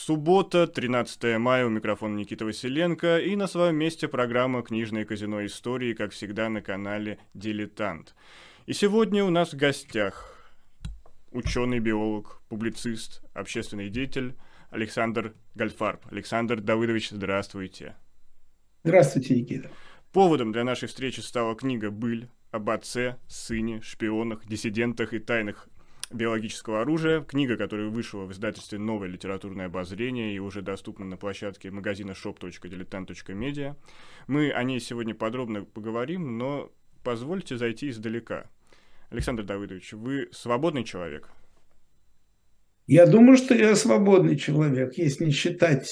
Суббота, 13 мая, у микрофона Никита Василенко, и на своем месте программа «Книжное казино истории», как всегда, на канале «Дилетант». И сегодня у нас в гостях ученый, биолог, публицист, общественный деятель Александр Гольдфарб. Александр Давыдович, здравствуйте. Здравствуйте, Никита. Поводом для нашей встречи стала книга «Быль» об отце, сыне, шпионах, диссидентах и тайнах биологического оружия. Книга, которая вышла в издательстве «Новое литературное обозрение» и уже доступна на площадке магазина shop.diletant.media. Мы о ней сегодня подробно поговорим, но позвольте зайти издалека. Александр Давыдович, вы свободный человек? Я думаю, что я свободный человек, если не считать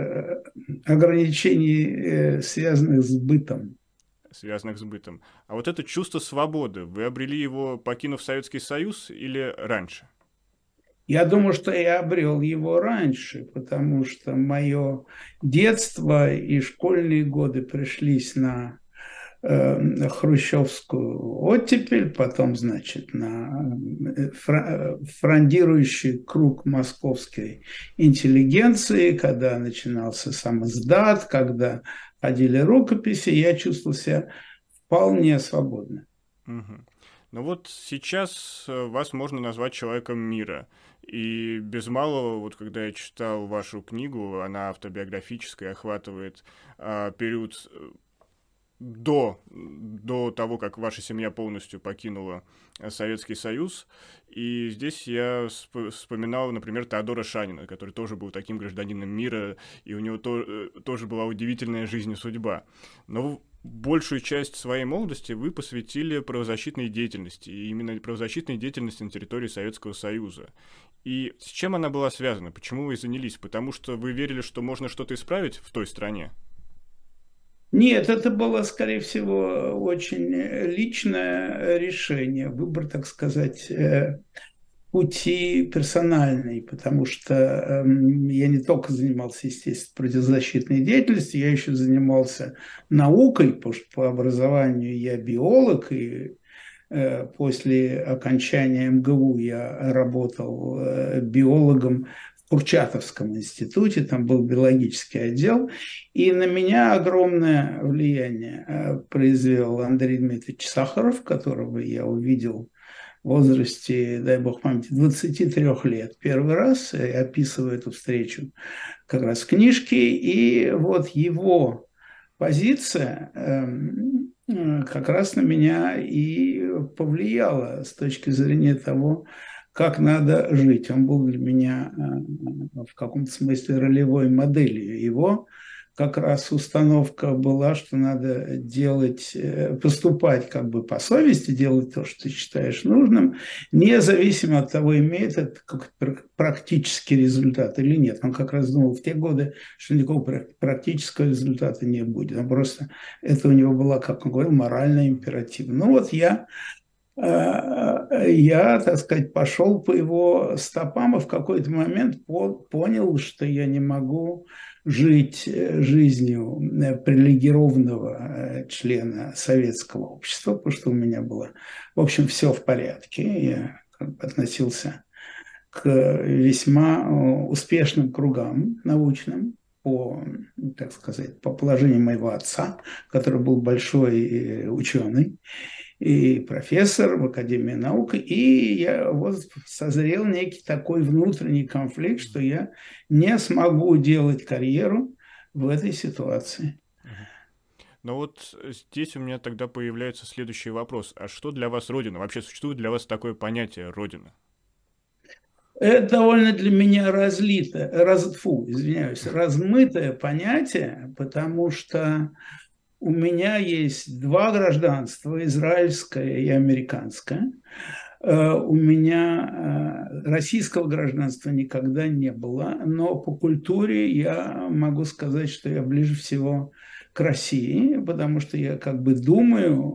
ограничений, связанных с бытом. Связанных с бытом. А вот это чувство свободы, вы обрели его, покинув Советский Союз, или раньше? Я думаю, что я обрел его раньше, потому что мое детство и школьные годы пришлись на хрущевскую оттепель, потом, значит, на фрондирующий круг московской интеллигенции, когда начинался сам издат, когда ходили рукописи, я чувствовал себя вполне свободно. Угу. Ну вот сейчас вас можно назвать человеком мира. И без малого, вот когда я читал вашу книгу, она автобиографическая, охватывает период до того, как ваша семья полностью покинула Советский Союз. И здесь я вспоминал, например, Теодора Шанина, который тоже был таким гражданином мира, и у него тоже была удивительная жизнь и судьба. Но большую часть своей молодости вы посвятили правозащитной деятельности, и именно правозащитной деятельности на территории Советского Союза. И с чем она была связана? Почему вы занялись? Потому что вы верили, что можно что-то исправить в той стране? Нет, это было, скорее всего, очень личное решение, выбор, так сказать, пути персональный, потому что я не только занимался, естественно, противозащитной деятельностью, я еще занимался наукой, потому что по образованию я биолог, и после окончания МГУ я работал биологом в Курчатовском институте, там был биологический отдел, и на меня огромное влияние произвел Андрей Дмитриевич Сахаров, которого я увидел в возрасте, дай бог памяти, 23 лет. Первый раз я описываю эту встречу как раз в книжке, и вот его позиция как раз на меня и повлияла с точки зрения того, как надо жить. Он был для меня в каком-то смысле ролевой моделью. Его как раз установка была, что надо делать, поступать как бы по совести, делать то, что ты считаешь нужным, независимо от того, имеет это какой-то практический результат или нет. Он как раз думал в те годы, что никакого практического результата не будет. Он просто, это у него была, как он говорил, моральный императив. Ну вот я, так сказать, пошел по его стопам и в какой-то момент понял, что я не могу жить жизнью привилегированного члена советского общества, потому что у меня было, в общем, все в порядке. Я относился к весьма успешным кругам научным, по, так сказать, по положению моего отца, который был большой ученый и профессор в Академии наук, и я вот созрел некий такой внутренний конфликт, что я не смогу делать карьеру в этой ситуации. Но вот здесь у меня тогда появляется следующий вопрос. А что для вас Родина? Вообще существует для вас такое понятие Родина? Это довольно для меня размытое понятие, потому что у меня есть два гражданства, израильское и американское. У меня российского гражданства никогда не было, но по культуре я могу сказать, что я ближе всего к России, потому что я как бы думаю,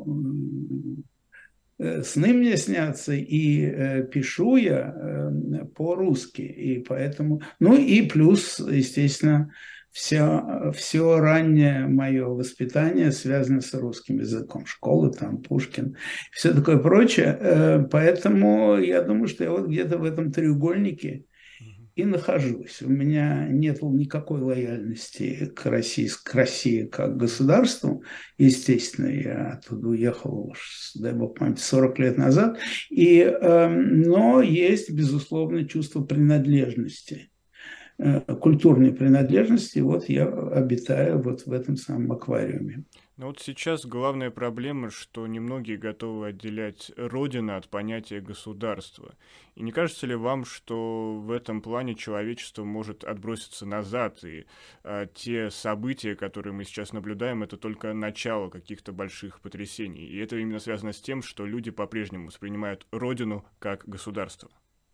сны мне снятся, и пишу я по-русски, и поэтому, ну и плюс, естественно, все раннее мое воспитание связано с русским языком. Школа, там, Пушкин, все такое прочее. Поэтому я думаю, что я вот где-то в этом треугольнике и нахожусь. У меня нет никакой лояльности к России как государству. Естественно, я оттуда уехал, дай бог памяти, 40 лет назад. Но есть, безусловно, чувство принадлежности, культурной принадлежности. Вот я обитаю вот в этом самом аквариуме. Но вот сейчас главная проблема, что немногие готовы отделять родину от понятия государства. И не кажется ли вам, что в этом плане человечество может отброситься назад, и те события, которые мы сейчас наблюдаем, это только начало каких-то больших потрясений? И это именно связано с тем, что люди по-прежнему воспринимают родину как государство.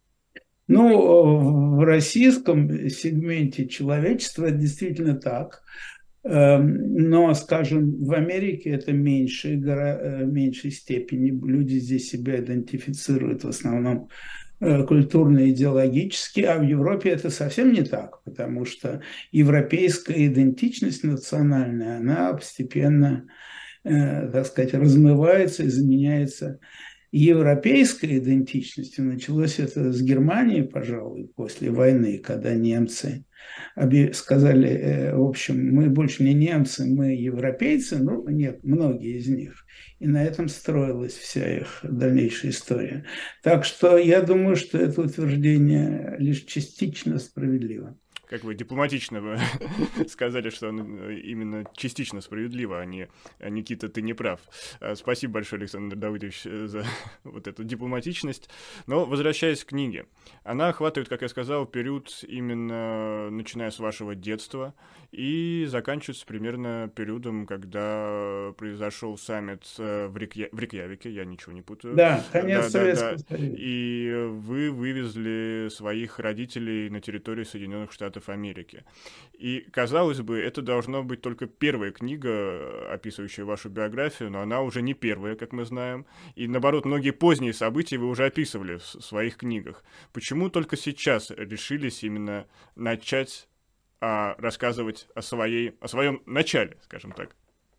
Ну, в российском сегменте человечества это действительно так. Но, скажем, в Америке это меньшей степени. Люди здесь себя идентифицируют в основном культурно-идеологически, а в Европе это совсем не так, потому что европейская идентичность национальная, она постепенно, так сказать, размывается и заменяется европейской идентичностью. Началось это с Германии, пожалуй, после войны, когда немцы сказали, в общем, мы больше не немцы, мы европейцы. Ну, нет, многие из них. И на этом строилась вся их дальнейшая история. Так что я думаю, что это утверждение лишь частично справедливо. Как вы дипломатично сказали, что он именно частично справедливо, а не «Никита, ты не прав». Спасибо большое, Александр Давыдович, за вот эту дипломатичность. Но возвращаясь к книге, она охватывает, как я сказал, период именно начиная с вашего детства и заканчивается примерно периодом, когда произошел саммит в Рейкьявике, я ничего не путаю. Да, конец Советского Союза. И вы вывезли своих родителей на территорию Соединенных Штатов Америки. И, казалось бы, это должно быть только первая книга, описывающая вашу биографию, но она уже не первая, как мы знаем. И, наоборот, многие поздние события вы уже описывали в своих книгах. Почему только сейчас решились именно начать рассказывать о своем начале, скажем так?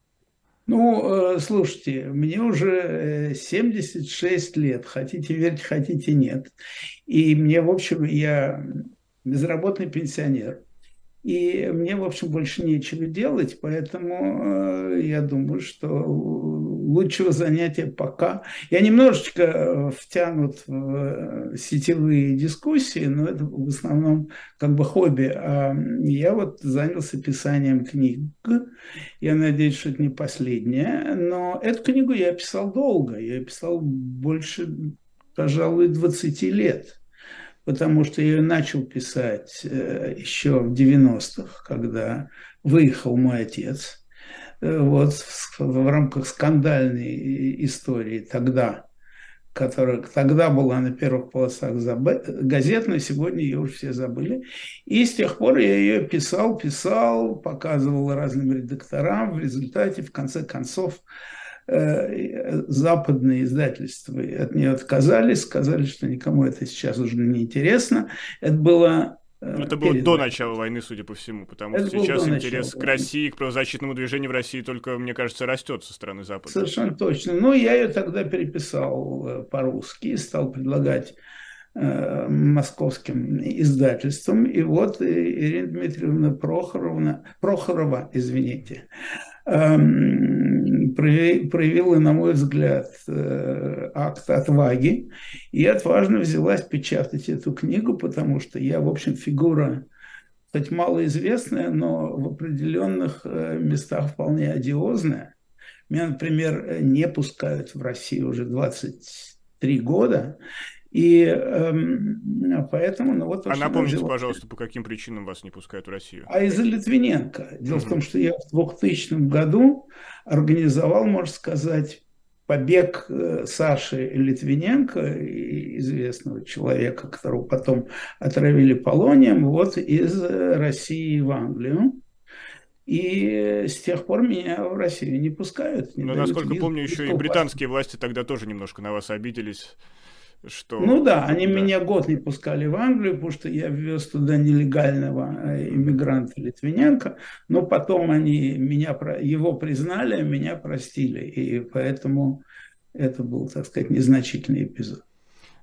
Ну, слушайте, мне уже 76 лет, хотите верьте, хотите нет. И мне, в общем, я безработный пенсионер. И мне, в общем, больше нечего делать, поэтому я думаю, что лучшего занятия пока... Я немножечко втянут в сетевые дискуссии, но это в основном как бы хобби. А я вот занялся писанием книг. Я надеюсь, что это не последняя. Но эту книгу я писал долго. Я писал больше, пожалуй, 20 лет. Потому что я ее начал писать еще в 90-х, когда выехал мой отец. Вот в рамках скандальной истории тогда, которая тогда была на первых полосах газет, но сегодня ее уже все забыли. И с тех пор я ее писал, показывал разным редакторам. В результате, в конце концов, западные издательства от нее отказались, сказали, что никому это сейчас уже не интересно. Это было... Это было до начала войны, судя по всему, потому что сейчас интерес к России, к правозащитному движению в России только, мне кажется, растет со стороны Запада. Совершенно точно. Ну, я ее тогда переписал по-русски и стал предлагать московским издательствам. И вот Ирина Дмитриевна Прохорова, извините, проявила, на мой взгляд, акт отваги и отважно взялась печатать эту книгу, потому что я, в общем, фигура, хоть малоизвестная, но в определенных местах вполне одиозная. Меня, например, не пускают в Россию уже 23 года. И поэтому... Ну, вот, напомните, пожалуйста, по каким причинам вас не пускают в Россию? А из-за Литвиненко. Дело в том, что я в 2000 году организовал, можно сказать, побег Саши Литвиненко, известного человека, которого потом отравили полонием, вот из России в Англию. И с тех пор меня в Россию не пускают. Но, насколько помню, еще и британские власти тогда тоже немножко на вас обиделись. Что... Ну да, они меня год не пускали в Англию, потому что я ввез туда нелегального иммигранта Литвиненко, но потом они его признали, меня простили, и поэтому это был, так сказать, незначительный эпизод.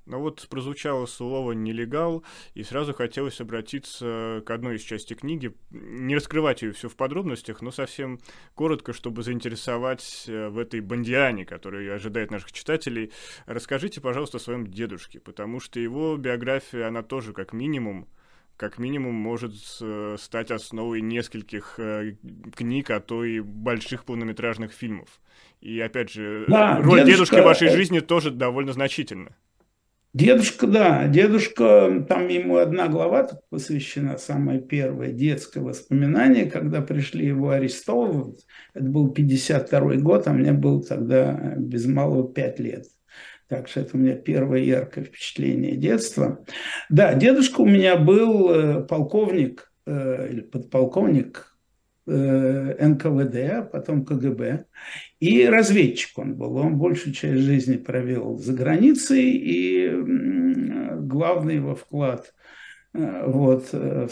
Но вот прозвучало слово «нелегал», и сразу хотелось обратиться к одной из частей книги, не раскрывать ее все в подробностях, но совсем коротко, чтобы заинтересовать в этой бондиане, которая ожидает наших читателей. Расскажите, пожалуйста, о своем дедушке, потому что его биография, она тоже как минимум может стать основой нескольких книг, а то и больших полнометражных фильмов. И опять же, Да, роль дедушки в вашей жизни тоже довольно значительна. дедушка, да, дедушка, там ему одна глава посвящена, самое первое, детское воспоминание, когда пришли его арестовывать. Это был 52-й год, а мне было тогда без малого 5 лет. Так что это у меня первое яркое впечатление детства. Да, дедушка у меня был полковник или подполковник НКВД, а потом КГБ. И разведчик он был. Он большую часть жизни провел за границей. И главный его вклад в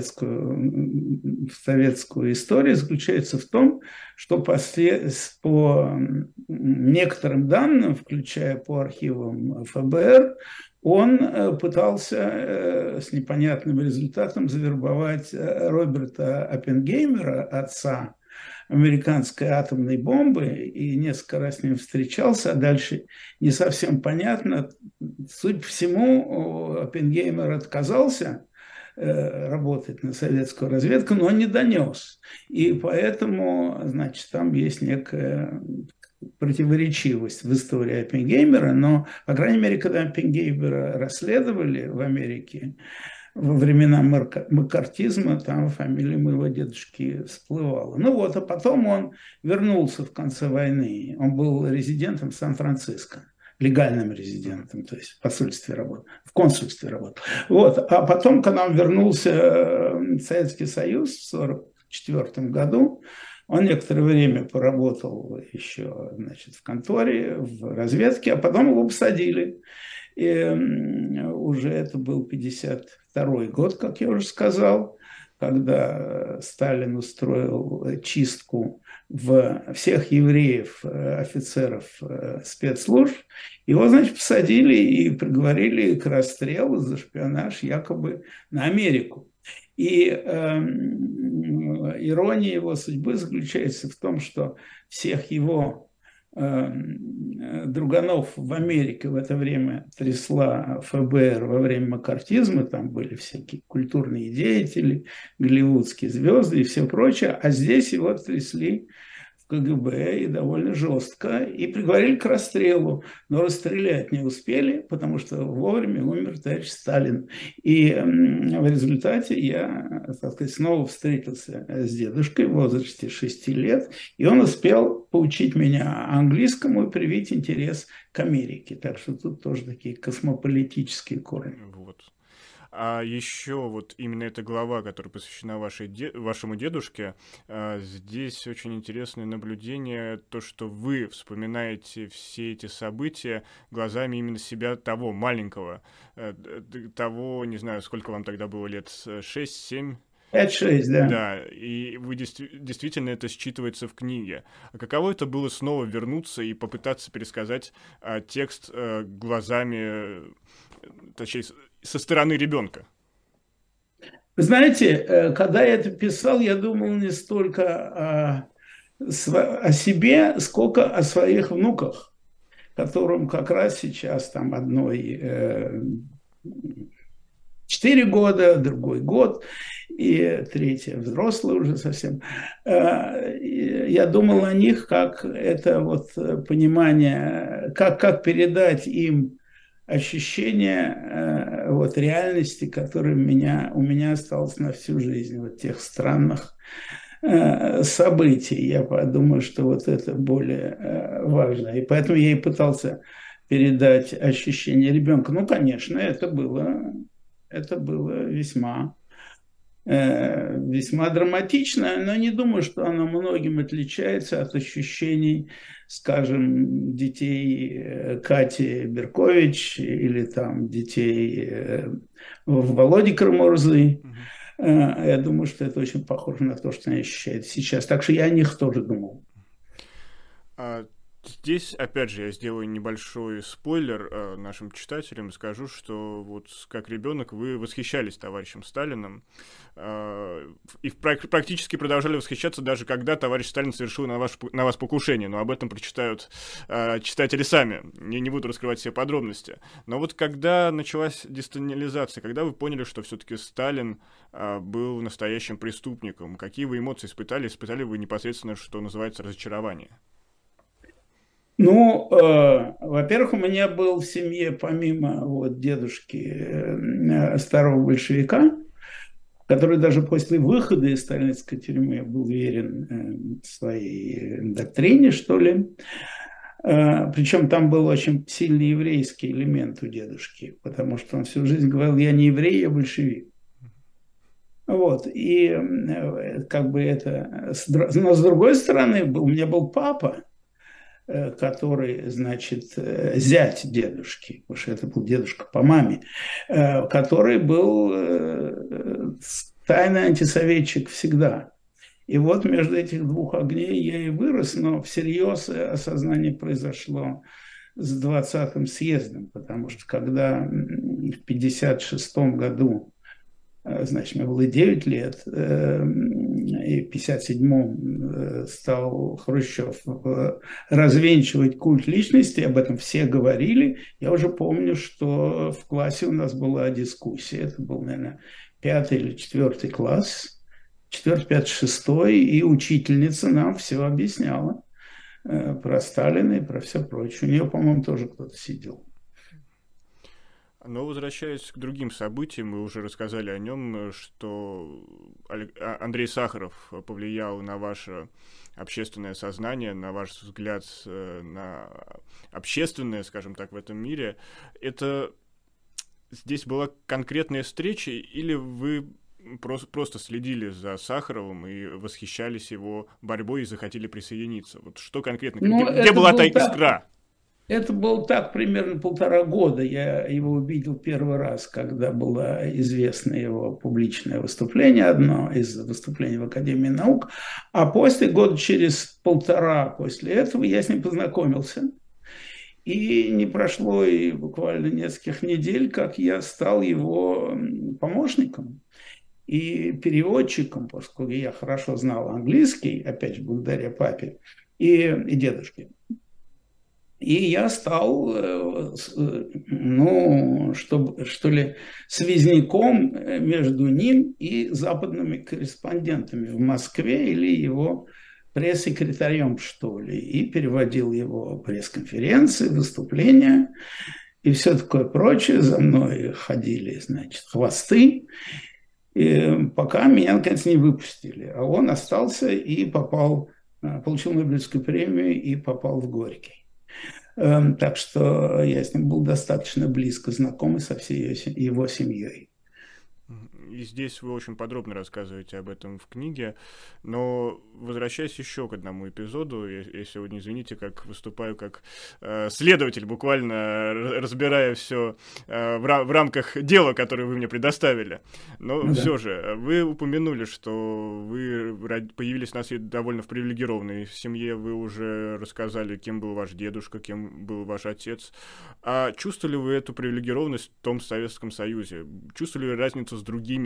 советскую историю заключается в том, что по некоторым данным, включая по архивам ФБР, он пытался с непонятным результатом завербовать Роберта Оппенгеймера, отца американской атомной бомбы, и несколько раз с ним встречался, а дальше не совсем понятно. Судя по всему, Оппенгеймер отказался работать на советскую разведку, но он не донес. И поэтому, значит, там есть некая противоречивость в истории Оппенгеймера, но, по крайней мере, когда Оппенгеймера расследовали в Америке, во времена маккартизма, там фамилия моего дедушки всплывала. Ну вот, а потом он вернулся в конце войны. Он был резидентом Сан-Франциско, легальным резидентом, то есть в посольстве работал, в консульстве работал. Вот, а потом, когда он вернулся в Советский Союз в 1944 году, он некоторое время поработал еще, значит, в конторе, в разведке, а потом его посадили. И уже это был 52-й год, как я уже сказал, когда Сталин устроил чистку всех евреев, офицеров спецслужб. Его, значит, посадили и приговорили к расстрелу за шпионаж якобы на Америку. И ирония его судьбы заключается в том, что всех его друганов в Америке в это время трясла ФБР во время маккартизма, там были всякие культурные деятели, голливудские звезды и все прочее, а здесь его трясли в КГБ и довольно жестко, и приговорили к расстрелу, но расстрелять не успели, потому что вовремя умер товарищ Сталин. И в результате я, так сказать, снова встретился с дедушкой в возрасте 6 лет, и он успел поучить меня английскому и привить интерес к Америке. Так что тут тоже такие космополитические корни. Вот. А еще вот именно эта глава, которая посвящена вашему дедушке, здесь очень интересное наблюдение, то, что вы вспоминаете все эти события глазами именно себя того маленького, того, не знаю, сколько вам тогда было лет, 6-7? 5-6, да. Да, и вы действительно это считывается в книге. А каково это было снова вернуться и попытаться пересказать текст глазами, точнее, со стороны ребенка? Вы знаете, когда я это писал, я думал не столько о себе, сколько о своих внуках, которым как раз сейчас там одной 4 года, другой год, и третья взрослая уже совсем. Я думал о них, как это вот понимание, как передать им ощущение вот реальности, которая у меня осталась на всю жизнь, вот тех странных событий. Я подумаю, что вот это более важно. И поэтому я и пытался передать ощущение ребенка. Ну, конечно, это было весьма драматично, но не думаю, что оно многим отличается от ощущений, скажем, детей Кати Беркович или там детей Володи Карамурзы. Я думаю, что это очень похоже на то, что они ощущают сейчас. Так что я о них тоже думал. Здесь, опять же, я сделаю небольшой спойлер нашим читателям и скажу, что вот как ребенок вы восхищались товарищем Сталиным и практически продолжали восхищаться даже когда товарищ Сталин совершил на вас покушение, но об этом прочитают читатели сами, не буду раскрывать все подробности. Но вот когда началась десталинизация, когда вы поняли, что все-таки Сталин был настоящим преступником, какие вы эмоции испытали? Испытали вы непосредственно, что называется, разочарование? Ну, во-первых, у меня был в семье, помимо вот дедушки старого большевика, который даже после выхода из сталинской тюрьмы был верен своей доктрине, что ли. Причем там был очень сильный еврейский элемент у дедушки, потому что он всю жизнь говорил: я не еврей, я большевик. Вот, и как бы это... Но с другой стороны, у меня был папа, который, значит, зять дедушки, потому что это был дедушка по маме, который был тайный антисоветчик всегда. И вот между этих двух огней я и вырос, но всерьез осознание произошло с 20-м съездом, потому что когда в 1956 году, значит, мне было 9 лет, и в 1957 стал Хрущев развенчивать культ личности, об этом все говорили. Я уже помню, что в классе у нас была дискуссия, это был, наверное, 5 или 4 класс, 4, 5, 6, и учительница нам все объясняла про Сталина и про все прочее. У нее, по-моему, тоже кто-то сидел. Но возвращаясь к другим событиям, мы уже рассказали о нем, что Андрей Сахаров повлиял на ваше общественное сознание, на ваш взгляд на общественное, скажем так, в этом мире. Это здесь была конкретная встреча, или вы просто следили за Сахаровым и восхищались его борьбой и захотели присоединиться? Вот что конкретно? Где была та искра? Это было так примерно 1,5 года. Я его увидел первый раз, когда было известно его публичное выступление, одно из выступлений в Академии наук. А после, года через 1,5 после этого, я с ним познакомился. И не прошло и буквально нескольких недель, как я стал его помощником и переводчиком, поскольку я хорошо знал английский, опять же, благодаря папе и дедушке. И я стал, ну, что ли, связником между ним и западными корреспондентами в Москве, или его пресс-секретарем, что ли, и переводил его пресс-конференции, выступления и все такое прочее. За мной ходили, значит, хвосты, и пока меня, наконец, не выпустили. А он остался и попал, получил Нобелевскую премию и попал в Горький. Так что я с ним был достаточно близко знаком со всей его семьей. И здесь вы очень подробно рассказываете об этом в книге, но возвращаясь еще к одному эпизоду, я сегодня, извините, как выступаю как следователь, буквально разбирая все в рамках дела, которое вы мне предоставили. Но все же, вы упомянули, что вы появились на свет довольно в привилегированной семье, вы уже рассказали, кем был ваш дедушка, кем был ваш отец. А чувствовали вы эту привилегированность в том Советском Союзе? Чувствовали ли разницу с другими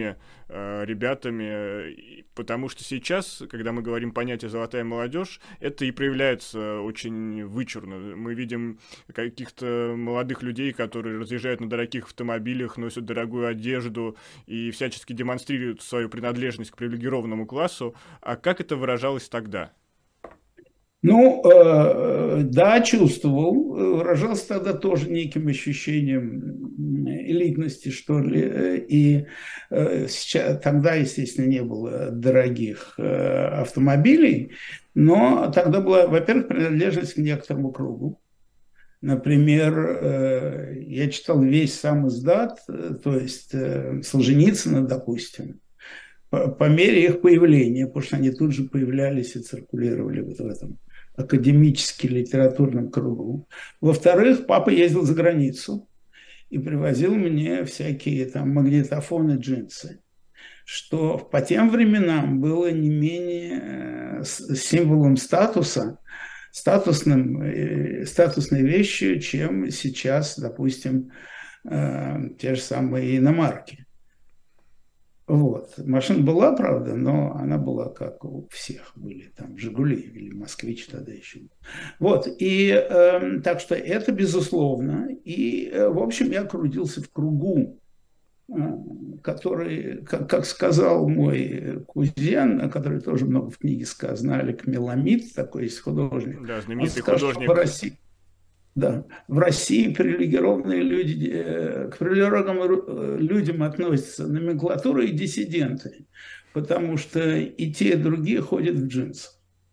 ребятами, потому что сейчас, когда мы говорим понятие «золотая молодежь», это и проявляется очень вычурно. Мы видим каких-то молодых людей, которые разъезжают на дорогих автомобилях, носят дорогую одежду и всячески демонстрируют свою принадлежность к привилегированному классу. А как это выражалось тогда? Ну, да, чувствовал. Выражался тогда тоже неким ощущением элитности, что ли. И тогда, естественно, не было дорогих автомобилей, но тогда была, во-первых, принадлежность к некоторому кругу. Например, я читал весь сам издат, то есть Солженицына, допустим, по мере их появления, потому что они тут же появлялись и циркулировали вот в этом академически литературном кругу. Во-вторых, папа ездил за границу и привозил мне всякие там магнитофоны, джинсы, что по тем временам было не менее символом статуса статусной вещью, чем сейчас, допустим, те же самые иномарки. Вот. Машина была, правда, но она была как у всех были, там, «Жигули» или «Москвич» тогда еще. Вот, и так что это безусловно. И, в общем, я крутился в кругу, который, как сказал мой кузен, который тоже много в книге сказано, Алик Меламид, такой есть художник. Да, Он знаменитый сказал, художник. что в России, да, в России привилегированные люди, к привилегированным людям относятся номенклатура и диссиденты, потому что и те, и другие ходят в джинсах.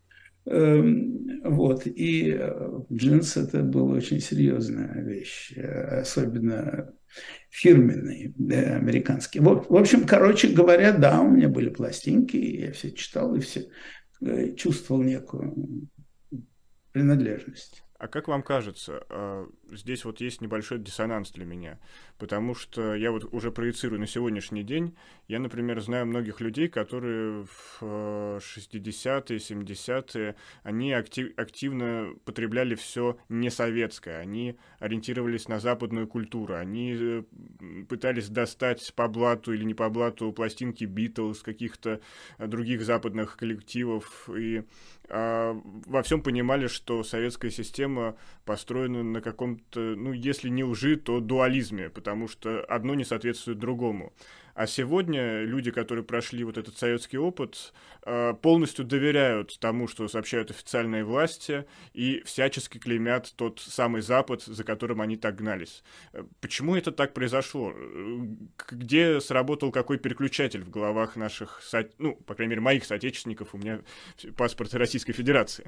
Вот, и джинсы это была очень серьезная вещь, особенно фирменные, да, американские. В общем, короче говоря, да, у меня были пластинки, я все читал и все чувствовал некую принадлежность. А как вам кажется, здесь вот есть небольшой диссонанс для меня, потому что я вот уже проецирую на сегодняшний день. Я, например, знаю многих людей, которые в 60-е, 70-е, они активно потребляли все несоветское, они ориентировались на западную культуру, они пытались достать по блату или не по блату пластинки Битлз, каких-то других западных коллективов, и во всем понимали, что советская система построена на каком-то, ну, если не лжи, то дуализме, потому что одно не соответствует другому. А сегодня люди, которые прошли вот этот советский опыт, полностью доверяют тому, что сообщают официальные власти, и всячески клеймят тот самый Запад, за которым они так гнались. Почему это так произошло? Где сработал какой переключатель в головах наших, ну, по крайней мере, моих соотечественников? У меня паспорт Российской Федерации.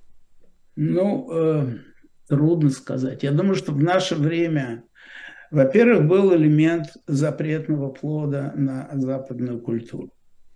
Ну, трудно сказать. Я думаю, что в наше время, во-первых, был элемент запретного плода на западную культуру.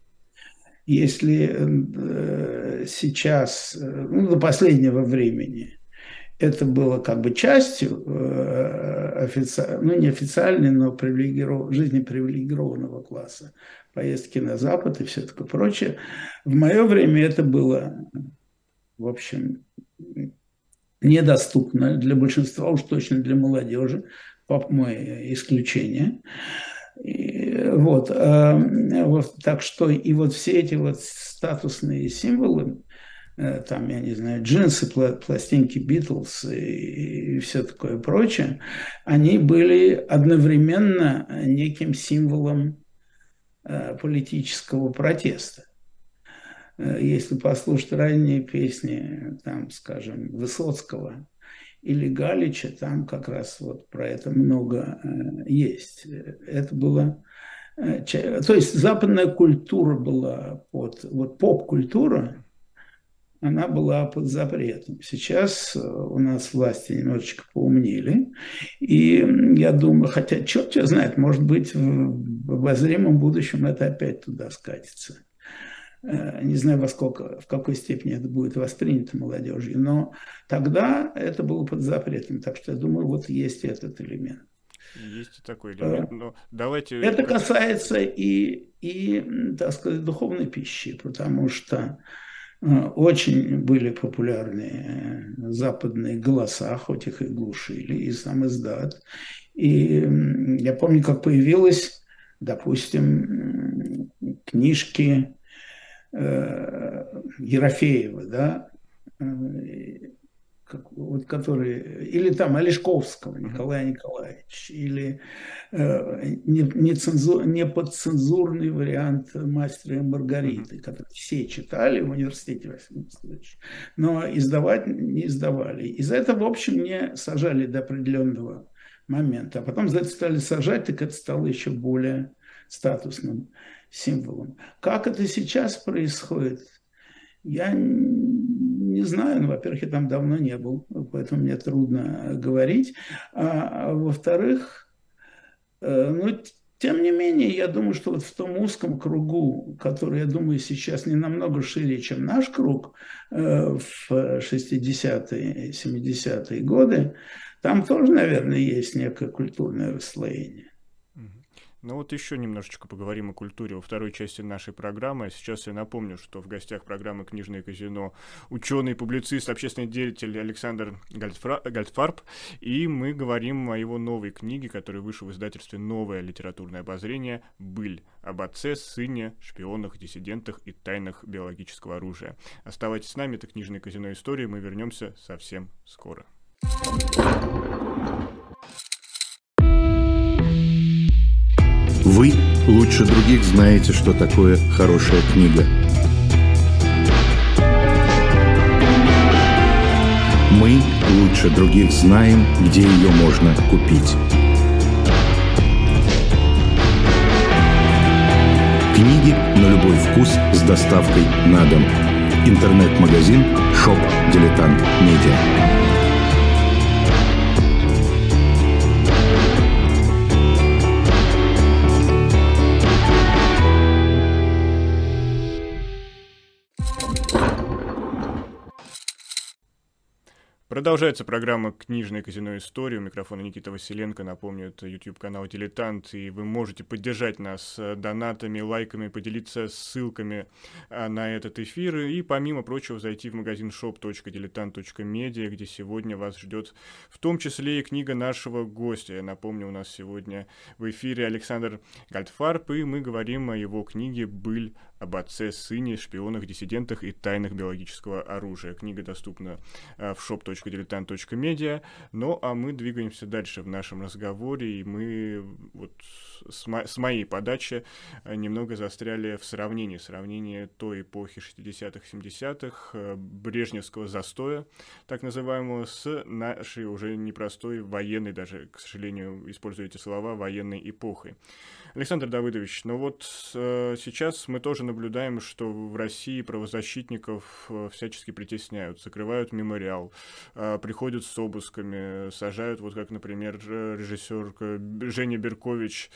Если сейчас, ну, до последнего времени, это было как бы частью ну, не официальной, но жизни привилегированного класса, поездки на Запад и все такое прочее, в мое время это было, в общем, недоступно для большинства, уж точно для молодежи, мое исключение. Вот, так что и вот все эти вот статусные символы, там, я не знаю, джинсы, пластинки Битлз и все такое прочее, они были одновременно неким символом политического протеста. Если послушать ранние песни, там, скажем, Высоцкого или Галича, там как раз вот про это много есть. Это было... То есть западная культура была вот поп-культура, она была под запретом. Сейчас у нас власти немножечко поумнели. И я думаю, хотя черт его знает, может быть, в обозримом будущем это опять туда скатится. Не знаю, в какой степени это будет воспринято молодежью, но тогда это было под запретом. Так что я думаю, вот есть этот элемент. Есть и такой элемент, но давайте... Это касается и, так сказать, духовной пищи, потому что очень были популярны западные голоса, хоть их и глушили, и сам издат. И я помню, как появилась, допустим, книжки Ерофеева, да, вот которые, или там Олешковского Николая Николаевича, или неподцензурный вариант «Мастера и Маргариты», который все читали в университете, во всяком случае, но издавать не издавали. И за это, в общем, не сажали до определенного момента. А потом за это стали сажать, так это стало еще более статусным символом. Как это сейчас происходит, я не знаю. Ну, во-первых, я там давно не был, поэтому мне трудно говорить. А во-вторых, ну, тем не менее, я думаю, что вот в том узком кругу, который, я думаю, сейчас не намного шире, чем наш круг в 60-е, 70-е годы, там тоже, наверное, есть некое культурное расслоение. Ну вот еще немножечко поговорим о культуре во второй части нашей программы. Сейчас я напомню, что в гостях программы «Книжное казино» ученый, публицист, общественный деятель Александр Гальдфарб, и мы говорим о его новой книге, которая вышла в издательстве «Новое литературное обозрение» «Быль» об отце, сыне, шпионах, диссидентах и тайнах биологического оружия. Оставайтесь с нами, это «Книжное казино. Истории», мы вернемся совсем скоро. Вы лучше других знаете, что такое хорошая книга. Мы лучше других знаем, где ее можно купить. Книги на любой вкус с доставкой на дом. Интернет-магазин «Шоп Дилетант Медиа». Продолжается программа «Книжное казино. Истории». У микрофона Никита Василенко. Напомню, это YouTube-канал «Дилетант», и вы можете поддержать нас донатами, лайками, поделиться ссылками на этот эфир, и, помимо прочего, зайти в магазин shop.diletant.media, где сегодня вас ждет в том числе и книга нашего гостя. Я напомню, у нас сегодня в эфире Александр Гальдфарб, и мы говорим о его книге «Быль» об отце, сыне, шпионах, диссидентах и тайнах биологического оружия. Книга доступна в shop.diletant.media. Ну, а мы двигаемся дальше в нашем разговоре, и мы вот с моей подачи немного застряли в сравнении той эпохи 60-х, 70-х, брежневского застоя, так называемого, с нашей уже непростой военной, даже, к сожалению, используя эти слова, военной эпохой. Александр Давыдович, ну вот сейчас мы тоже наблюдаем, что в России правозащитников всячески притесняют, закрывают мемориал, приходят с обысками, сажают, вот как, например, режиссер Женя Беркович,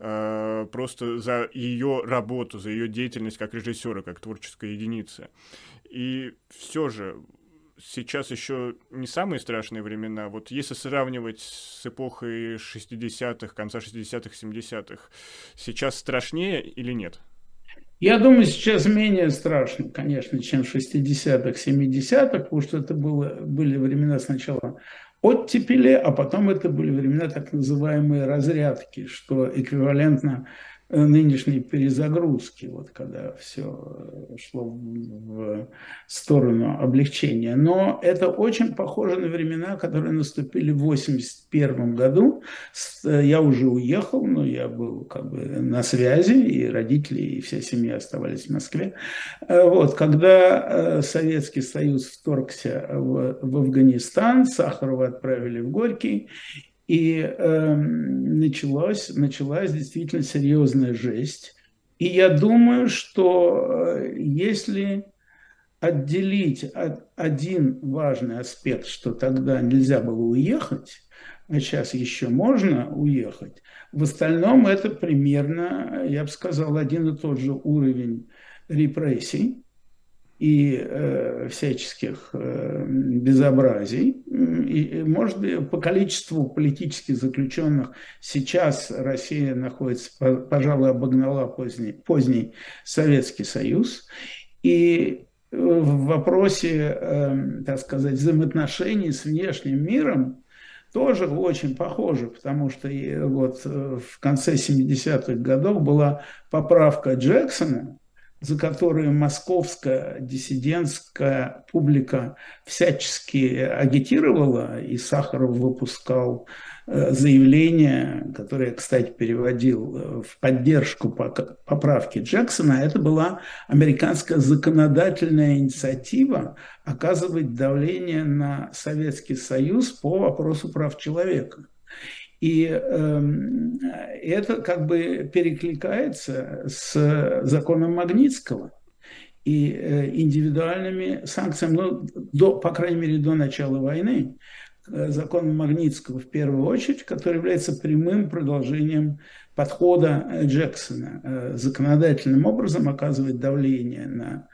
просто за ее работу, за ее деятельность как режиссера, как творческой единицы. И все же сейчас еще не самые страшные времена. Вот если сравнивать с эпохой 60-х, конца 60-х, 70-х, сейчас страшнее или нет? Я думаю, сейчас менее страшно, конечно, чем в 60-х, 70-х, потому что это были времена сначала оттепели, а потом это были времена так называемые разрядки, что эквивалентно нынешней перезагрузки, вот когда все шло в сторону облегчения. Но это очень похоже на времена, которые наступили в 1981 году. Я уже уехал, но я был как бы на связи, и родители, и вся семья оставались в Москве. Вот, когда Советский Союз вторгся в Афганистан, Сахарова отправили в Горький, и началась действительно серьезная жесть. И я думаю, что если отделить один важный аспект, что тогда нельзя было уехать, а сейчас еще можно уехать, в остальном это примерно, я бы сказал, один и тот же уровень репрессий и всяческих безобразий. И, может быть, по количеству политических заключенных сейчас Россия находится, пожалуй, обогнала поздний Советский Союз. И в вопросе, так сказать, взаимоотношений с внешним миром тоже очень похоже, потому что вот в конце 70-х годов была поправка Джексона, за которую московская диссидентская публика всячески агитировала, и Сахаров выпускал заявление, которое я, кстати, переводил в поддержку поправки Джексона. Это была американская законодательная инициатива оказывать давление на Советский Союз по вопросу прав человека. И это как бы перекликается с законом Магнитского и индивидуальными санкциями, по крайней мере, до начала войны. Закон Магнитского в первую очередь, который является прямым продолжением подхода Джексона. Законодательным образом оказывает давление на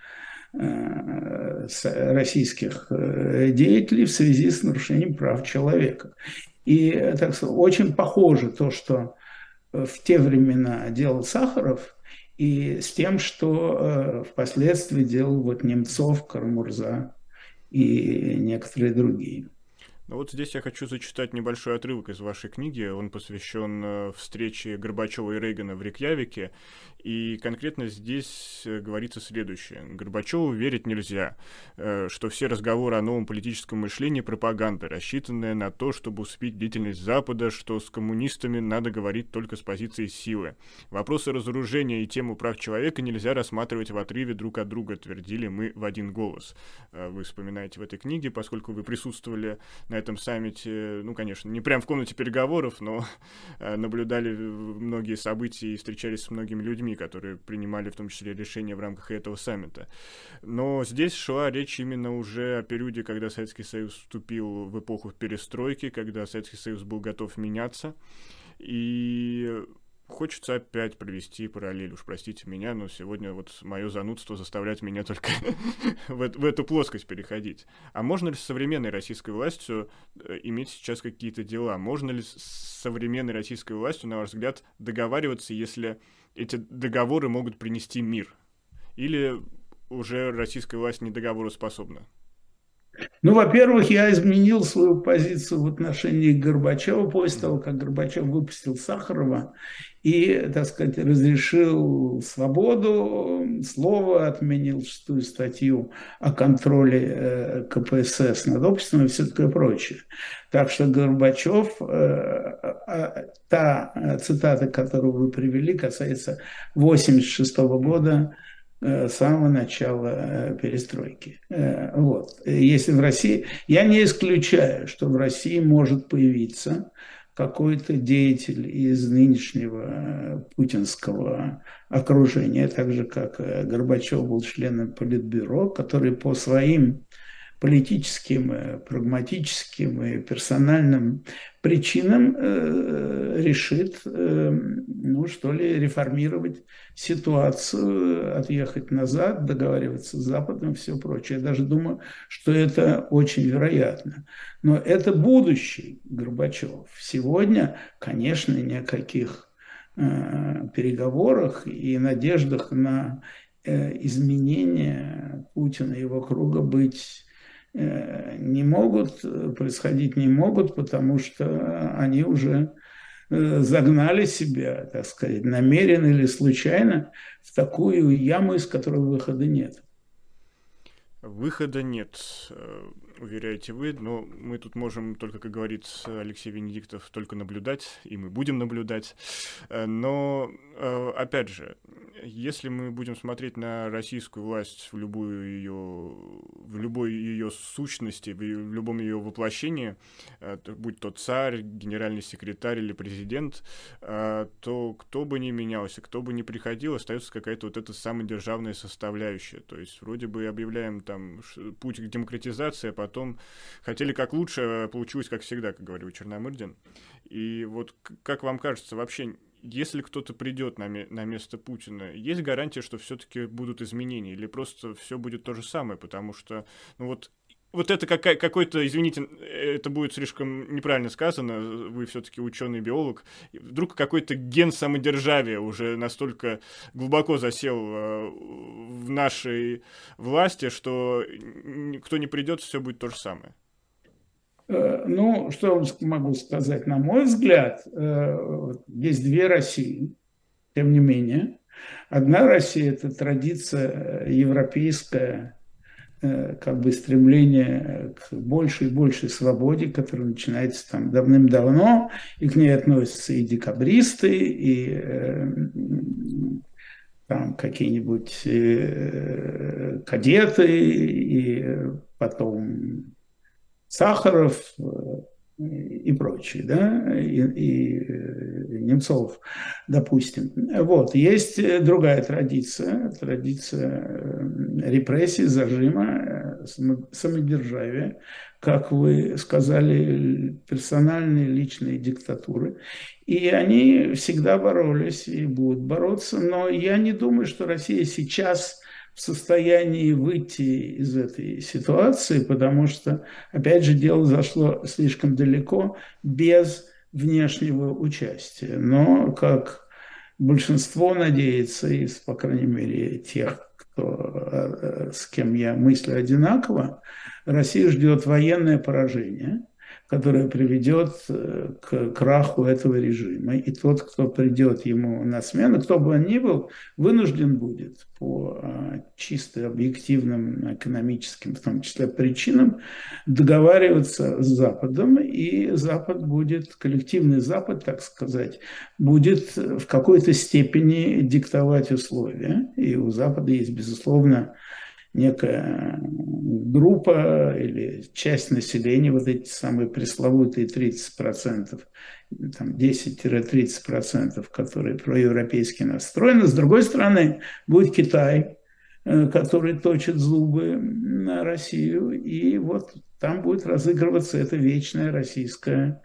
российских деятелей в связи с нарушением прав человека. И, так сказать, очень похоже то, что в те времена делал Сахаров, и с тем, что впоследствии делал вот Немцов, Карамурза и некоторые другие. Ну вот здесь я хочу зачитать небольшой отрывок из вашей книги. Он посвящен встрече Горбачева и Рейгана в Рейкьявике. И конкретно здесь говорится следующее. Горбачеву верить нельзя, что все разговоры о новом политическом мышлении — пропаганда, рассчитанная на то, чтобы усыпить бдительность Запада, что с коммунистами надо говорить только с позиции силы. Вопросы разоружения и тему прав человека нельзя рассматривать в отрыве друг от друга, твердили мы в один голос. Вы вспоминаете в этой книге, поскольку вы присутствовали на этом саммите, ну, конечно, не прям в комнате переговоров, но наблюдали многие события и встречались с многими людьми, которые принимали в том числе решения в рамках этого саммита. Но здесь шла речь именно уже о периоде, когда Советский Союз вступил в эпоху перестройки, когда Советский Союз был готов меняться. И хочется опять провести параллель, уж простите меня, но сегодня вот мое занудство заставляет меня только в эту плоскость переходить. А можно ли с современной российской властью иметь сейчас какие-то дела? Можно ли с современной российской властью, на ваш взгляд, договариваться, если эти договоры могут принести мир? Или уже российская власть не договороспособна? Ну, во-первых, я изменил свою позицию в отношении Горбачева после того, как Горбачев выпустил Сахарова и, так сказать, разрешил свободу слова, отменил 6-ю статью о контроле КПСС над обществом и все такое прочее. Так что Горбачев, та цитата, которую вы привели, касается 1986 года, с самого начала перестройки. Вот. Если в России, я не исключаю, что в России может появиться какой-то деятель из нынешнего путинского окружения, так же как Горбачев был членом Политбюро, который по своим политическим, прагматическим и персональным причинам решит, ну что ли, реформировать ситуацию, отъехать назад, договариваться с Западом и все прочее. Я даже думаю, что это очень вероятно. Но это будущий Горбачев. Сегодня, конечно, ни о каких переговорах и надеждах на изменения Путина и его круга быть не могут, происходить не могут, потому что они уже загнали себя, так сказать, намеренно или случайно в такую яму, из которой выхода нет. Выхода нет, уверяете вы, но мы тут можем только, как говорит Алексей Венедиктов, только наблюдать, и мы будем наблюдать. Но, опять же, если мы будем смотреть на российскую власть в любой ее сущности, в любом ее воплощении, будь то царь, генеральный секретарь или президент, то кто бы ни менялся, кто бы ни приходил, остается какая-то вот эта самодержавная составляющая. То есть вроде бы объявляем там путь к демократизации, а потом хотели как лучше, а получилось как всегда, как говорил Черномырдин. И вот как вам кажется, вообще, если кто-то придет на место Путина, есть гарантия, что все-таки будут изменения, или просто все будет то же самое, потому что, ну вот это какой-то, извините, это будет слишком неправильно сказано, вы все-таки ученый-биолог, вдруг какой-то ген самодержавия уже настолько глубоко засел в нашей власти, что кто не придет, все будет то же самое. Ну, что я вам могу сказать? На мой взгляд, есть две России, тем не менее. Одна Россия – это традиция европейская, как бы стремление к большей и большей свободе, которая начинается там давным-давно, и к ней относятся и декабристы, и там какие-нибудь кадеты, и потом Сахаров и прочие, да, и Немцов, допустим. Вот. Есть другая традиция репрессий, зажима, самодержавия, как вы сказали, персональные личные диктатуры. И они всегда боролись и будут бороться, но я не думаю, что Россия сейчас в состоянии выйти из этой ситуации, потому что, опять же, дело зашло слишком далеко без внешнего участия. Но, как большинство надеется, из, по крайней мере, тех, с кем я мыслю одинаково, Россию ждет военное поражение, которое приведет к краху этого режима. И тот, кто придет ему на смену, кто бы он ни был, вынужден будет по чисто объективным экономическим, в том числе, причинам договариваться с Западом. И Запад будет, коллективный Запад, так сказать, будет в какой-то степени диктовать условия. И у Запада есть, безусловно, некая группа или часть населения, вот эти самые пресловутые 30%, там 10-30%, которые проевропейски настроены. С другой стороны, будет Китай, который точит зубы на Россию, и вот там будет разыгрываться эта вечная российская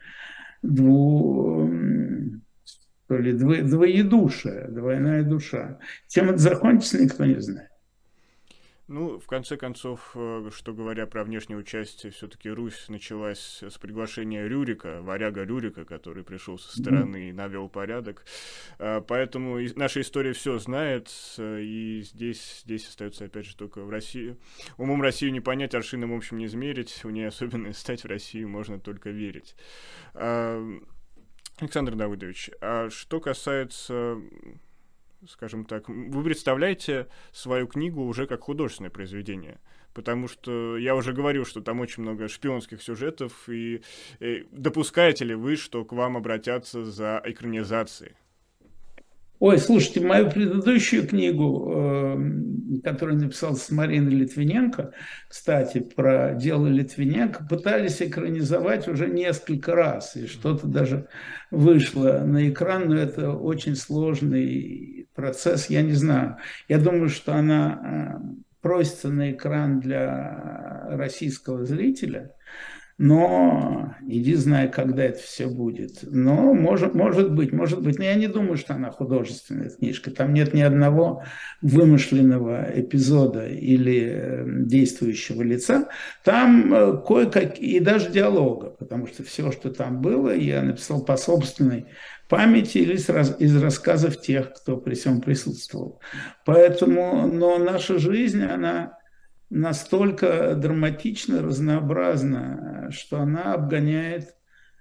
двоедушие, двойная душа. Чем это закончится, никто не знает. Ну, в конце концов, что говоря про внешнее участие, все-таки Русь началась с приглашения Рюрика, варяга Рюрика, который пришел со стороны и навел порядок. Поэтому наша история все знает, и здесь остается, опять же, только в России. Умом Россию не понять, аршином, в общем, не измерить, у нее особенно стать в Россию можно только верить. Александр Давыдович, а что касается... скажем так, вы представляете свою книгу уже как художественное произведение, потому что я уже говорил, что там очень много шпионских сюжетов, и допускаете ли вы, что к вам обратятся за экранизацией? Ой, слушайте, мою предыдущую книгу, которую написал с Мариной Литвиненко, кстати, про дело Литвиненко, пытались экранизовать уже несколько раз, и что-то даже вышло на экран, но это очень сложный процесс, я не знаю. Я думаю, что она просится на экран для российского зрителя, но иди знай, когда это все будет. Но может быть. Но я не думаю, что она художественная книжка. Там нет ни одного вымышленного эпизода или действующего лица. Там кое-как и даже диалога, потому что все, что там было, я написал по собственной памяти или из рассказов тех, кто при всем присутствовал. Поэтому, но наша жизнь, она настолько драматично, разнообразна, что она обгоняет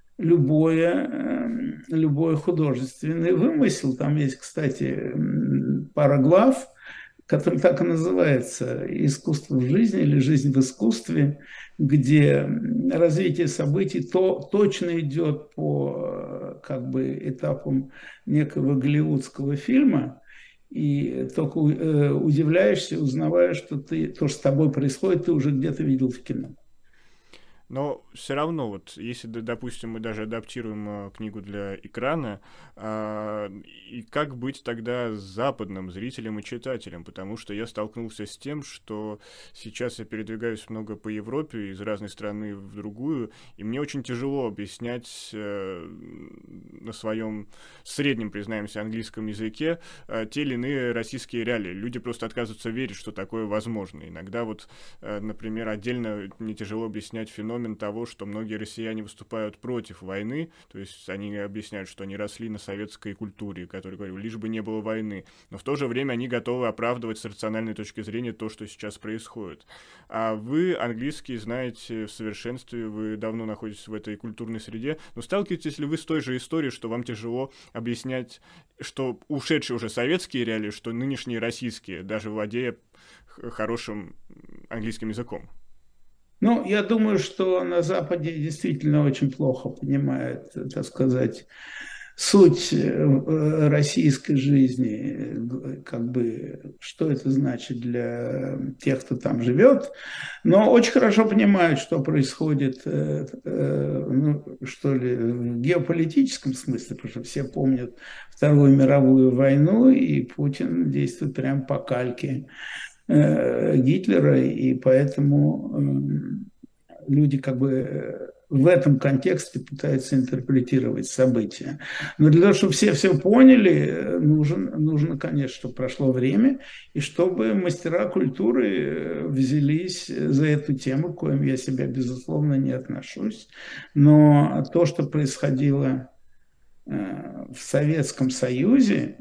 любой художественный вымысел. Там есть, кстати, пара глав, который так и называется «Искусство в жизни» или «Жизнь в искусстве», где развитие событий точно идет по как бы этапам некого голливудского фильма, и только удивляешься, узнавая, что то, что с тобой происходит, ты уже где-то видел в кино. Но все равно, вот если, допустим, мы даже адаптируем книгу для экрана, и как быть тогда с западным зрителем и читателем? Потому что я столкнулся с тем, что сейчас я передвигаюсь много по Европе, из разной страны в другую, и мне очень тяжело объяснять на своем среднем, признаемся, английском языке те или иные российские реалии. Люди просто отказываются верить, что такое возможно. Иногда вот, например, отдельно мне тяжело объяснять феномен того, что многие россияне выступают против войны, то есть они объясняют, что они росли на советской культуре, которые говорят, лишь бы не было войны, но в то же время они готовы оправдывать с рациональной точки зрения то, что сейчас происходит. А вы английский знаете в совершенстве, вы давно находитесь в этой культурной среде, но сталкиваетесь ли вы с той же историей, что вам тяжело объяснять, что ушедшие уже советские реалии, что нынешние российские, даже владея хорошим английским языком? Ну, я думаю, что на Западе действительно очень плохо понимают, так сказать, суть российской жизни, как бы, что это значит для тех, кто там живет, но очень хорошо понимают, что происходит, ну, что ли, в геополитическом смысле, потому что все помнят Вторую мировую войну, и Путин действует прямо по кальке Гитлера, и поэтому люди как бы в этом контексте пытаются интерпретировать события. Но для того, чтобы все поняли, нужно, конечно, чтобы прошло время, и чтобы мастера культуры взялись за эту тему, к коим я себя, безусловно, не отношусь. Но то, что происходило в Советском Союзе,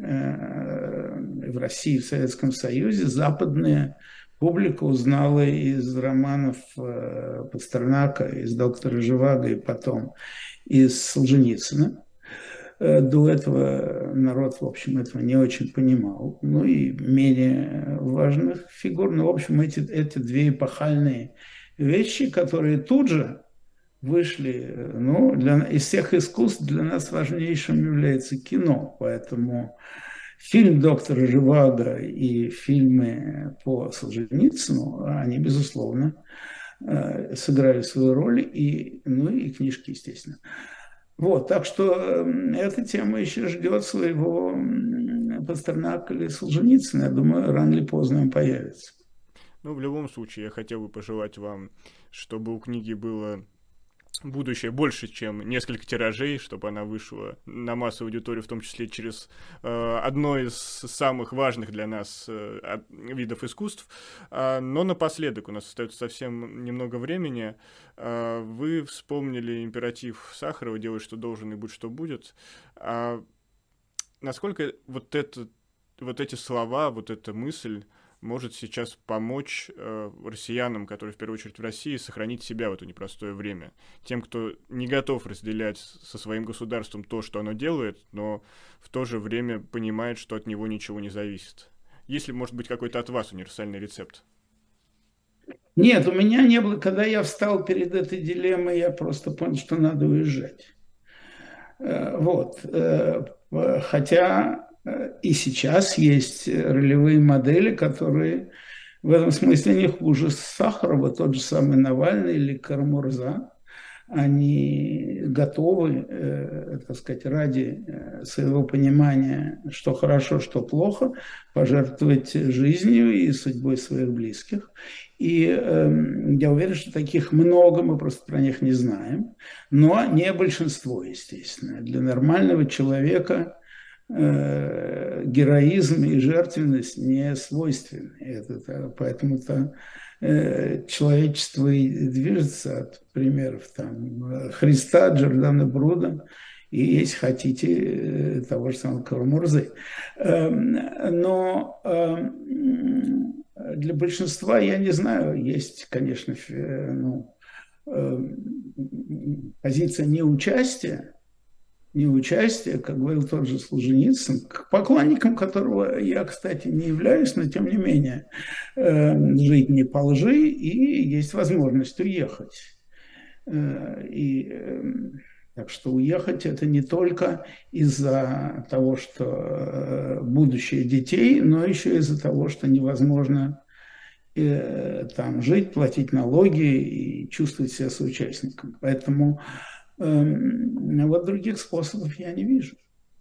в России, в Советском Союзе западная публика узнала из романов Пастернака, из «Доктора Живаго» и потом из Солженицына. До этого народ, в общем, этого не очень понимал. Ну и менее важных фигур. Ну, в общем, эти две эпохальные вещи, которые тут же вышли, ну, из всех искусств для нас важнейшим является кино. Поэтому фильм «Доктора Живаго» и фильмы по Солженицыну, они, безусловно, сыграли свою роль, ну и книжки, естественно. Вот, так что эта тема еще ждет своего Пастернака или Солженицына. Я думаю, рано или поздно он появится. Ну, в любом случае, я хотел бы пожелать вам, чтобы у книги было будущее больше, чем несколько тиражей, чтобы она вышла на массовую аудиторию, в том числе через одно из самых важных для нас видов искусств. Но напоследок, у нас остается совсем немного времени, вы вспомнили императив Сахарова «Делай, что должен, и будь, что будет». Насколько вот эти слова, вот эта мысль может сейчас помочь россиянам, которые в первую очередь в России, сохранить себя в это непростое время. Тем, кто не готов разделять со своим государством то, что оно делает, но в то же время понимает, что от него ничего не зависит. Есть ли, может быть, какой-то от вас универсальный рецепт? Нет, у меня не было. Когда я встал перед этой дилеммой, я просто понял, что надо уезжать. Вот. Хотя и сейчас есть ролевые модели, которые в этом смысле не хуже Сахарова, тот же самый Навальный или Карамурза. Они готовы, так сказать, ради своего понимания, что хорошо, что плохо, пожертвовать жизнью и судьбой своих близких. И я уверен, что таких много, мы просто про них не знаем. Но не большинство, естественно. Для нормального человека героизм и жертвенность не свойственны. Поэтому-то человечество и движется от примеров там, Христа, Джордана Бруда и, если хотите, того же самого Карамурзы. Но для большинства, я не знаю, есть, конечно, позиция неучастия, как говорил тот же Солженицын, к поклонникам которого я, кстати, не являюсь, но тем не менее, жить не по лжи, и есть возможность уехать. Так что уехать это не только из-за того, что будущее детей, но еще из-за того, что невозможно там жить, платить налоги и чувствовать себя соучастником. Поэтому вот других способов я не вижу.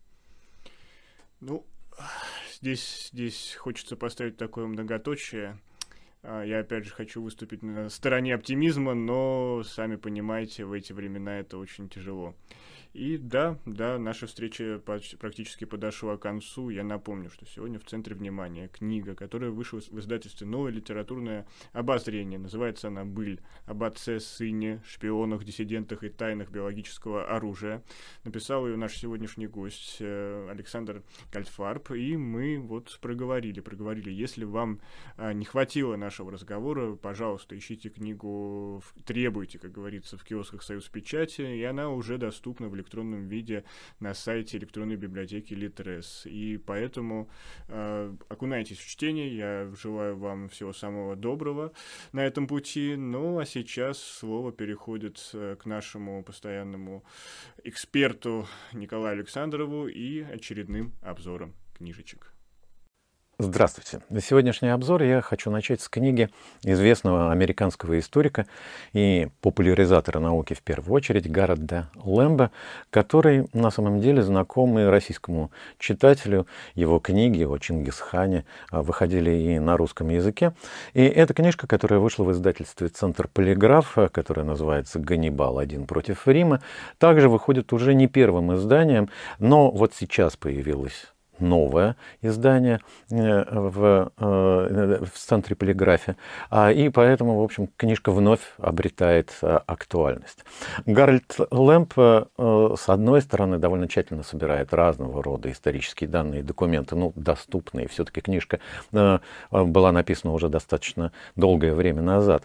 Ну, здесь хочется поставить такое многоточие. Я, опять же, хочу выступить на стороне оптимизма, но, сами понимаете, в эти времена это очень тяжело. И да, наша встреча практически подошла к концу. Я напомню, что сегодня в центре внимания книга, которая вышла в издательстве «Новое литературное обозрение». Называется она «Быль. Об отце, сыне, шпионах, диссидентах и тайнах биологического оружия». Написал ее наш сегодняшний гость Александр Гольдфарб. И мы вот проговорили. Если вам не хватило нашего разговора, пожалуйста, ищите книгу, требуйте, как говорится, в киосках «Союзпечати», и она уже доступна в электронном виде на сайте электронной библиотеки Литрес. И поэтому окунайтесь в чтение. Я желаю вам всего самого доброго на этом пути. Ну, а сейчас слово переходит к нашему постоянному эксперту Николаю Александрову и очередным обзором книжечек. Здравствуйте. Сегодняшний обзор я хочу начать с книги известного американского историка и популяризатора науки в первую очередь Гарольда Лэмба, который на самом деле знаком и российскому читателю. Его книги о Чингисхане выходили и на русском языке. И эта книжка, которая вышла в издательстве «Центр Полиграф», которая называется «Ганнибал. Один против Рима», также выходит уже не первым изданием, но вот сейчас появилась новое издание в центре полиграфии, и поэтому, в общем, книжка вновь обретает актуальность. Гарольд Лэмб, с одной стороны, довольно тщательно собирает разного рода исторические данные и документы, доступные. Все-таки книжка была написана уже достаточно долгое время назад.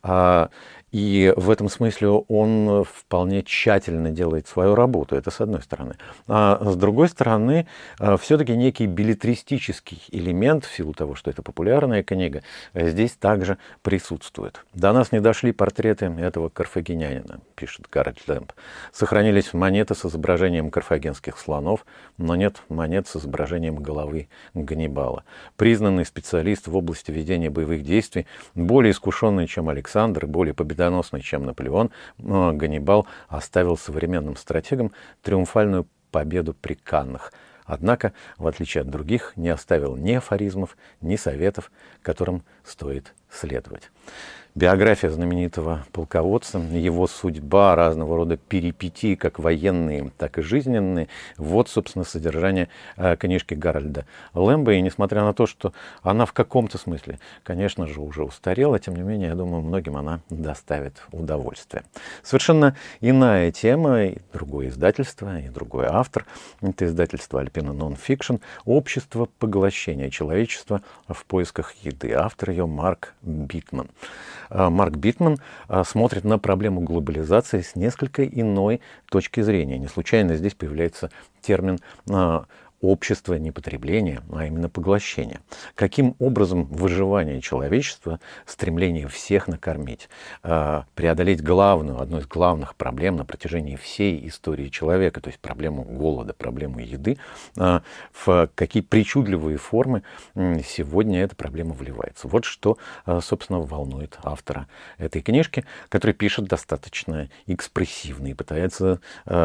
И в этом смысле он вполне тщательно делает свою работу, это с одной стороны. А с другой стороны, все-таки некий беллетристический элемент, в силу того, что это популярная книга, здесь также присутствует. До нас не дошли портреты этого карфагенянина, пишет Гарольд Лэмб. Сохранились монеты с изображением карфагенских слонов, но нет монет с изображением головы Ганнибала. Признанный специалист в области ведения боевых действий, более искушенный, чем Александр, более победоносный, чем Наполеон, Ганнибал оставил современным стратегам триумфальную победу при Каннах. Однако, в отличие от других, не оставил ни афоризмов, ни советов, которым стоит следовать. Биография знаменитого полководца, его судьба, разного рода перипетии, как военные, так и жизненные. Вот, собственно, содержание книжки Гарольда Лэмба. И несмотря на то, что она в каком-то смысле, конечно же, уже устарела, тем не менее, я думаю, многим она доставит удовольствие. Совершенно иная тема, и другое издательство, и другой автор. Это издательство Alpina Non-Fiction «Общество поглощения человечества в поисках еды». Автор ее Марк Битман. Марк Битман смотрит на проблему глобализации с несколько иной точки зрения. Не случайно здесь появляется термин общество не потребления, а именно поглощения. Каким образом выживание человечества, стремление всех накормить, преодолеть одну из главных проблем на протяжении всей истории человека, то есть проблему голода, проблему еды, в какие причудливые формы сегодня эта проблема вливается. Вот что, собственно, волнует автора этой книжки, который пишет достаточно экспрессивно и пытается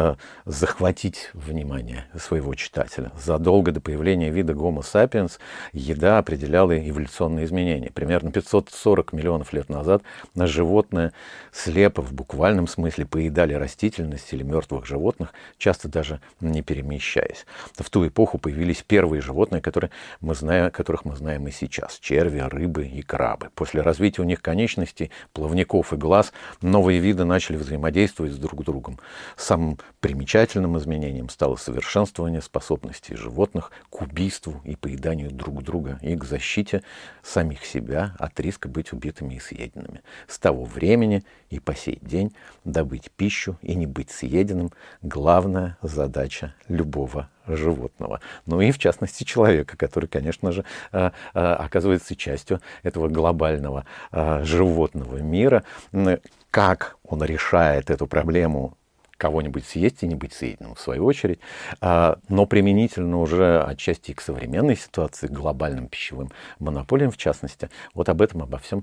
захватить внимание своего читателя. Задолго до появления вида Homo sapiens еда определяла эволюционные изменения. Примерно 540 миллионов лет назад животные слепо, в буквальном смысле, поедали растительность или мертвых животных, часто даже не перемещаясь. В ту эпоху появились первые животные, которых мы знаем и сейчас. Черви, рыбы и крабы. После развития у них конечностей, плавников и глаз, новые виды начали взаимодействовать с друг другом. Самым примечательным изменением стало совершенствование способностей животных к убийству и поеданию друг друга и к защите самих себя от риска быть убитыми и съеденными. С того времени и по сей день добыть пищу и не быть съеденным – главная задача любого животного. Ну и в частности человека, который, конечно же, оказывается частью этого глобального животного мира. Как он решает эту проблему кого-нибудь съесть и не быть съеденным, в свою очередь, но применительно уже отчасти к современной ситуации, к глобальным пищевым монополиям, в частности. Вот об этом, обо всем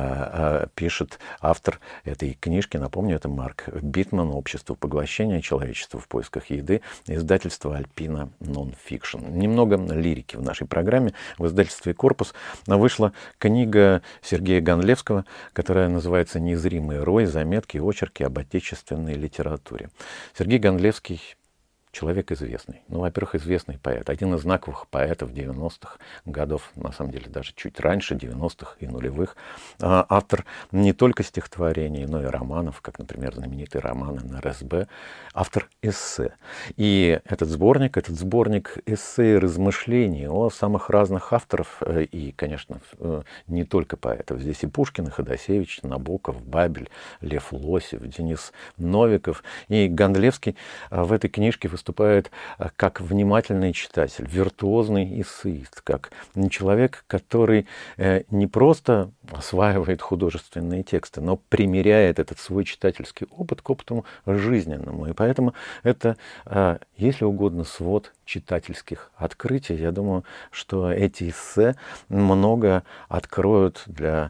пишет автор этой книжки. Напомню, это Марк Битман «Общество поглощения человечества в поисках еды», издательство Alpina Non-Fiction. Немного лирики в нашей программе. В издательстве «Корпус» вышла книга Сергея Гондлевского, которая называется «Незримый рой. Заметки и очерки об отечественной литературе». Сергей Гондлевский человек известный. Во-первых, известный поэт. Один из знаковых поэтов 90-х годов, на самом деле даже чуть раньше, 90-х и нулевых. Автор не только стихотворений, но и романов, как, например, знаменитый роман НРСБ. Автор эссе. И этот сборник эссе и размышлений о самых разных авторов, и, конечно, не только поэтов. Здесь и Пушкин, и Ходосевич, Набоков, Бабель, Лев Лосев, Денис Новиков. И Гондлевский в этой книжке выступает как внимательный читатель, виртуозный эссеист, как человек, который не просто осваивает художественные тексты, но примеряет этот свой читательский опыт к опыту жизненному. И поэтому это, если угодно, свод читательских открытий. Я думаю, что эти эссе много откроют для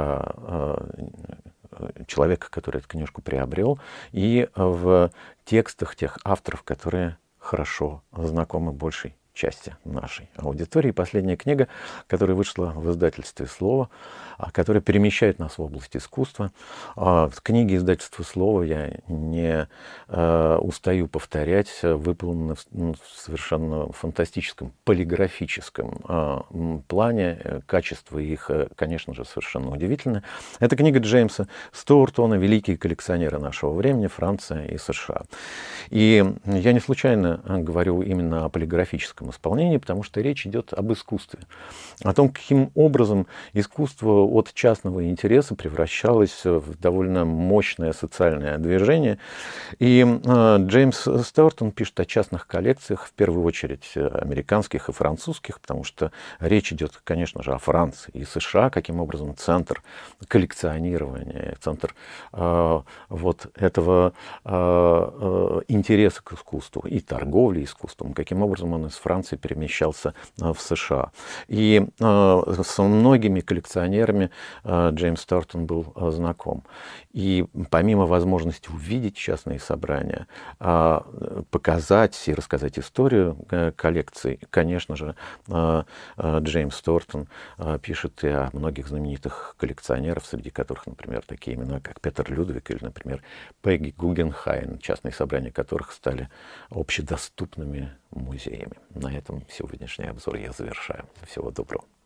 человека, который эту книжку приобрел, и в текстах тех авторов, которые хорошо знакомы большей части нашей аудитории. Последняя книга, которая вышла в издательстве «Слово», которая перемещает нас в область искусства. Книги издательства «Слово», я не устаю повторять, выполнены в совершенно фантастическом полиграфическом плане. Качество их, конечно же, совершенно удивительное. Это книга Джеймса Стоуртона «Великие коллекционеры нашего времени. Франция и США». И я не случайно говорю именно о полиграфическом исполнении, потому что речь идет об искусстве, о том, каким образом искусство от частного интереса превращалось в довольно мощное социальное движение. И Джеймс Стоуртон пишет о частных коллекциях, в первую очередь американских и французских, потому что речь идет, конечно же, о Франции и США, каким образом центр коллекционирования, центр вот этого интереса к искусству и торговли искусством, каким образом он из Франции перемещался в США. И с многими коллекционерами Джеймс Стоуртон был знаком. И помимо возможности увидеть частные собрания, показать и рассказать историю коллекций, конечно же, Джеймс Стоуртон пишет и о многих знаменитых коллекционерах, среди которых, например, такие имена, как Петер Людвиг или, например, Пегги Гугенхайн, частные собрания которых стали общедоступными музеями. На этом сегодняшний обзор я завершаю. Всего доброго.